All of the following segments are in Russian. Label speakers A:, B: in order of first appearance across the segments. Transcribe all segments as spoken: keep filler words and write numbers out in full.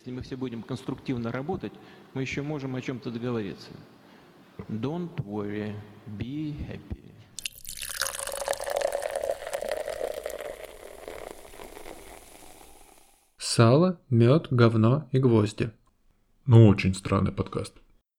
A: Если мы все будем конструктивно работать, мы еще можем о чем-то договориться. Don't worry, be happy.
B: Сало, мед, говно и гвозди.
C: Ну, очень странный подкаст.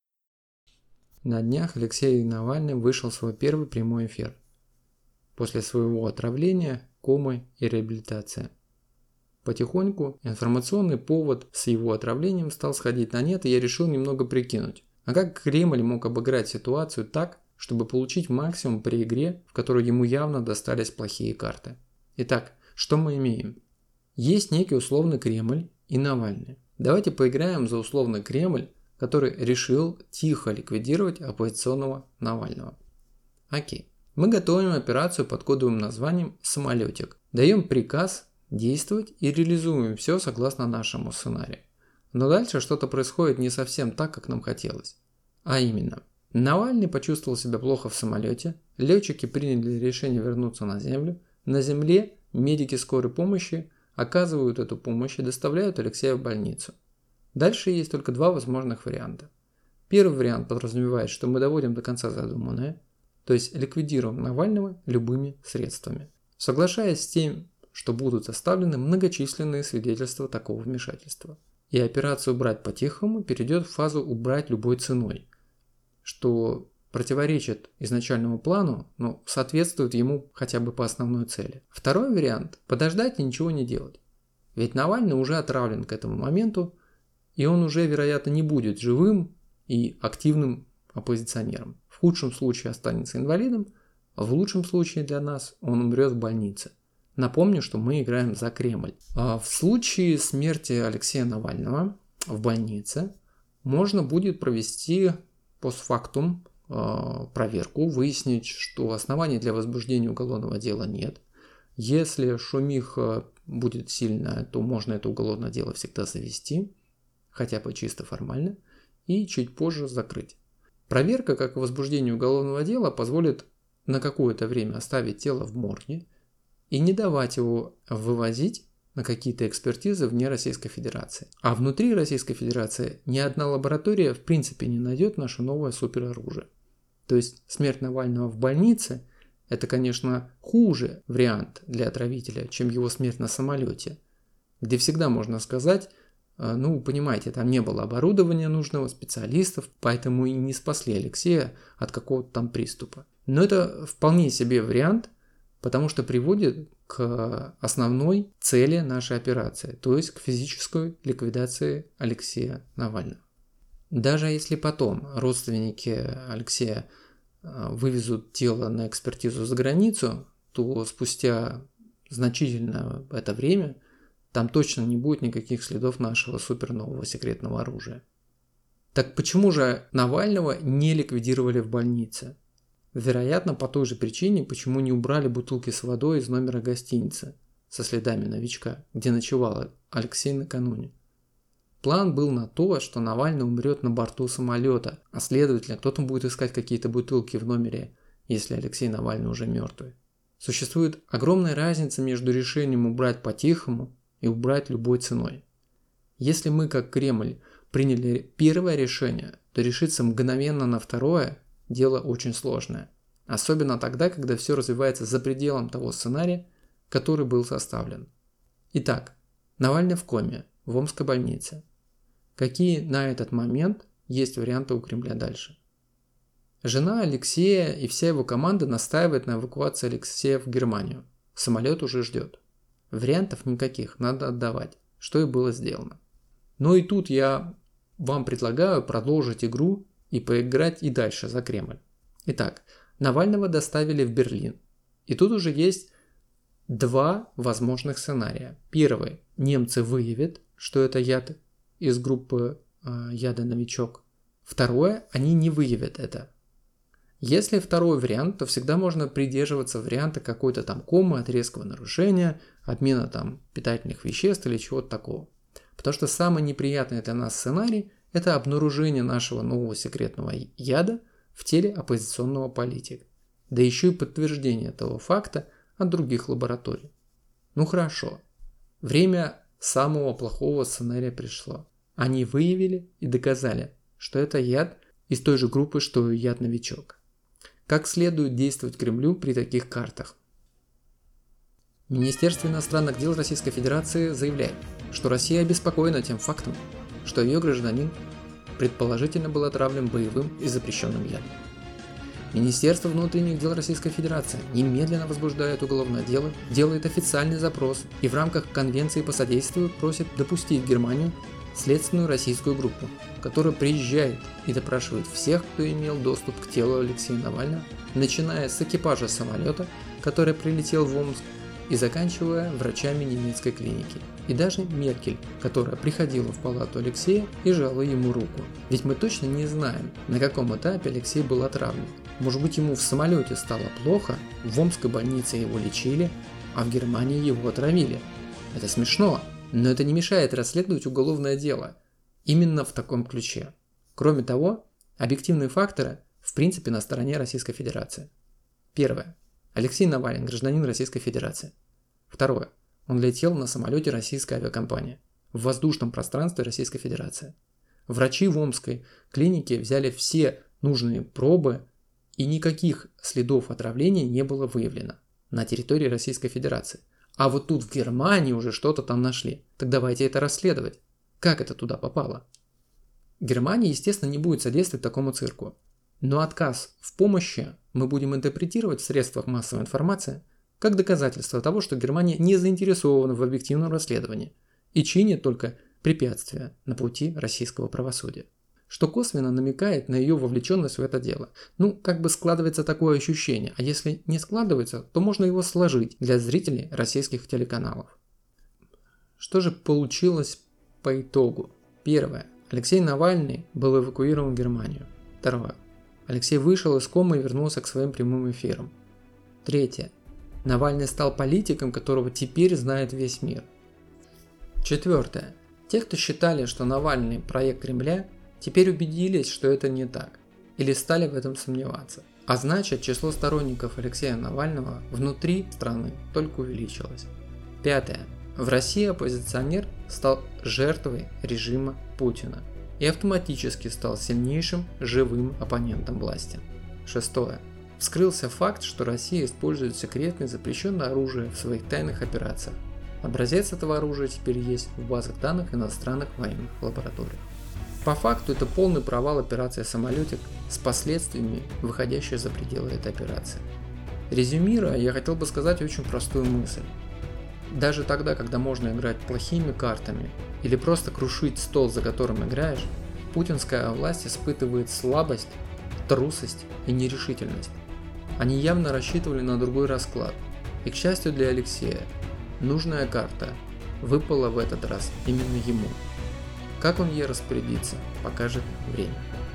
B: На днях Алексей Навальный вышел в свой первый прямой эфир. После своего отравления, комы и реабилитации. Потихоньку информационный повод с его отравлением стал сходить на нет, и я решил немного прикинуть. А как Кремль мог обыграть ситуацию так, чтобы получить максимум при игре, в которой ему явно достались плохие карты? Итак, что мы имеем? Есть некий условный Кремль и Навальный. Давайте поиграем за условный Кремль, который решил тихо ликвидировать оппозиционного Навального. Окей. Мы готовим операцию под кодовым названием «Самолетик». Даем приказ действовать и реализуем все согласно нашему сценарию. Но дальше что-то происходит не совсем так, как нам хотелось. А именно, Навальный почувствовал себя плохо в самолете, летчики приняли решение вернуться на землю, на земле медики скорой помощи оказывают эту помощь и доставляют Алексея в больницу. Дальше есть только два возможных варианта. Первый вариант подразумевает, что мы доводим до конца задуманное, то есть ликвидируем Навального любыми средствами, соглашаясь с тем, что будут составлены многочисленные свидетельства такого вмешательства. И операция «Убрать по-тихому» перейдет в фазу «Убрать любой ценой», что противоречит изначальному плану, но соответствует ему хотя бы по основной цели. Второй вариант – подождать и ничего не делать. Ведь Навальный уже отравлен к этому моменту, и он уже, вероятно, не будет живым и активным оппозиционером. В худшем случае останется инвалидом, а в лучшем случае для нас он умрет в больнице. Напомню, что мы играем за Кремль. А в случае смерти Алексея Навального в больнице можно будет провести постфактум э, проверку, выяснить, что оснований для возбуждения уголовного дела нет. Если шумиха будет сильная, то можно это уголовное дело всегда завести, хотя бы чисто формально, и чуть позже закрыть. Проверка, как и возбуждение уголовного дела, позволит на какое-то время оставить тело в морге и не давать его вывозить на какие-то экспертизы вне Российской Федерации. А внутри Российской Федерации ни одна лаборатория в принципе не найдет наше новое супероружие. То есть смерть Навального в больнице – это, конечно, хуже вариант для отравителя, чем его смерть на самолете, где всегда можно сказать, ну, вы понимаете, там не было оборудования нужного, специалистов, поэтому и не спасли Алексея от какого-то там приступа. Но это вполне себе вариант, потому что приводит к основной цели нашей операции, то есть к физической ликвидации Алексея Навального. Даже если потом родственники Алексея вывезут тело на экспертизу за границу, то спустя значительное это время там точно не будет никаких следов нашего супернового секретного оружия. Так почему же Навального не ликвидировали в больнице? Вероятно, по той же причине, почему не убрали бутылки с водой из номера гостиницы со следами новичка, где ночевал Алексей накануне. План был на то, что Навальный умрет на борту самолета, а следовательно, кто-то будет искать какие-то бутылки в номере, если Алексей Навальный уже мертвый. Существует огромная разница между решением убрать по-тихому и убрать любой ценой. Если мы, как Кремль, приняли первое решение, то решиться мгновенно на второе – дело очень сложное. Особенно тогда, когда все развивается за пределом того сценария, который был составлен. Итак, Навальный в коме, в Омской больнице. Какие на этот момент есть варианты у Кремля дальше? Жена Алексея и вся его команда настаивает на эвакуации Алексея в Германию. Самолет уже ждет. Вариантов никаких, надо отдавать, что и было сделано. Но и тут я вам предлагаю продолжить игру и поиграть и дальше за Кремль. Итак, Навального доставили в Берлин. И тут уже есть два возможных сценария. Первый. Немцы выявят, что это яд из группы э, яда «Новичок». Второе. Они не выявят это. Если второй вариант, то всегда можно придерживаться варианта какой-то там комы от резкого нарушения, обмена там питательных веществ или чего-то такого. Потому что самый неприятный для нас сценарий – это обнаружение нашего нового секретного яда в теле оппозиционного политика. Да еще и подтверждение этого факта от других лабораторий. Ну хорошо, время самого плохого сценария пришло. Они выявили и доказали, что это яд из той же группы, что и яд-новичок. Как следует действовать Кремлю при таких картах? Министерство иностранных дел Российской Федерации заявляет, что Россия обеспокоена тем фактом, что ее гражданин предположительно был отравлен боевым и запрещенным ядом. Министерство внутренних дел Российской Федерации немедленно возбуждает уголовное дело, делает официальный запрос и в рамках Конвенции по содействию просит допустить в Германию следственную российскую группу, которая приезжает и допрашивает всех, кто имел доступ к телу Алексея Навального, начиная с экипажа самолета, который прилетел в Омск, и заканчивая врачами немецкой клиники. И даже Меркель, которая приходила в палату Алексея и жала ему руку. Ведь мы точно не знаем, на каком этапе Алексей был отравлен. Может быть, ему в самолете стало плохо, в Омской больнице его лечили, а в Германии его отравили. Это смешно, но это не мешает расследовать уголовное дело. Именно в таком ключе. Кроме того, объективные факторы в принципе на стороне Российской Федерации. Первое. Алексей Навальный, гражданин Российской Федерации. Второе. Он летел на самолете российской авиакомпании в воздушном пространстве Российской Федерации. Врачи в Омской клинике взяли все нужные пробы, и никаких следов отравления не было выявлено на территории Российской Федерации. А вот тут в Германии уже что-то там нашли. Так давайте это расследовать. Как это туда попало? Германия, естественно, не будет содействовать такому цирку. Но отказ в помощи мы будем интерпретировать в средствах массовой информации как доказательство того, что Германия не заинтересована в объективном расследовании и чинит только препятствия на пути российского правосудия, что косвенно намекает на ее вовлеченность в это дело. Ну, как бы складывается такое ощущение, а если не складывается, то можно его сложить для зрителей российских телеканалов. Что же получилось по итогу? Первое. Алексей Навальный был эвакуирован в Германию. Второе. Алексей вышел из комы и вернулся к своим прямым эфирам. Третье. Навальный стал политиком, которого теперь знает весь мир. Четвертое. Те, кто считали, что Навальный проект Кремля, теперь убедились, что это не так, или стали в этом сомневаться. А значит, число сторонников Алексея Навального внутри страны только увеличилось. Пятое. В России оппозиционер стал жертвой режима Путина и автоматически стал сильнейшим живым оппонентом власти. Шестое. Вскрылся факт, что Россия использует секретное запрещенное оружие в своих тайных операциях. Образец этого оружия теперь есть в базах данных иностранных военных лабораторий. По факту это полный провал операции «Самолетик» с последствиями, выходящими за пределы этой операции. Резюмируя, я хотел бы сказать очень простую мысль. Даже тогда, когда можно играть плохими картами или просто крушить стол, за которым играешь, путинская власть испытывает слабость, трусость и нерешительность. Они явно рассчитывали на другой расклад. И, к счастью для Алексея, нужная карта выпала в этот раз именно ему. Как он ей распорядится, покажет время.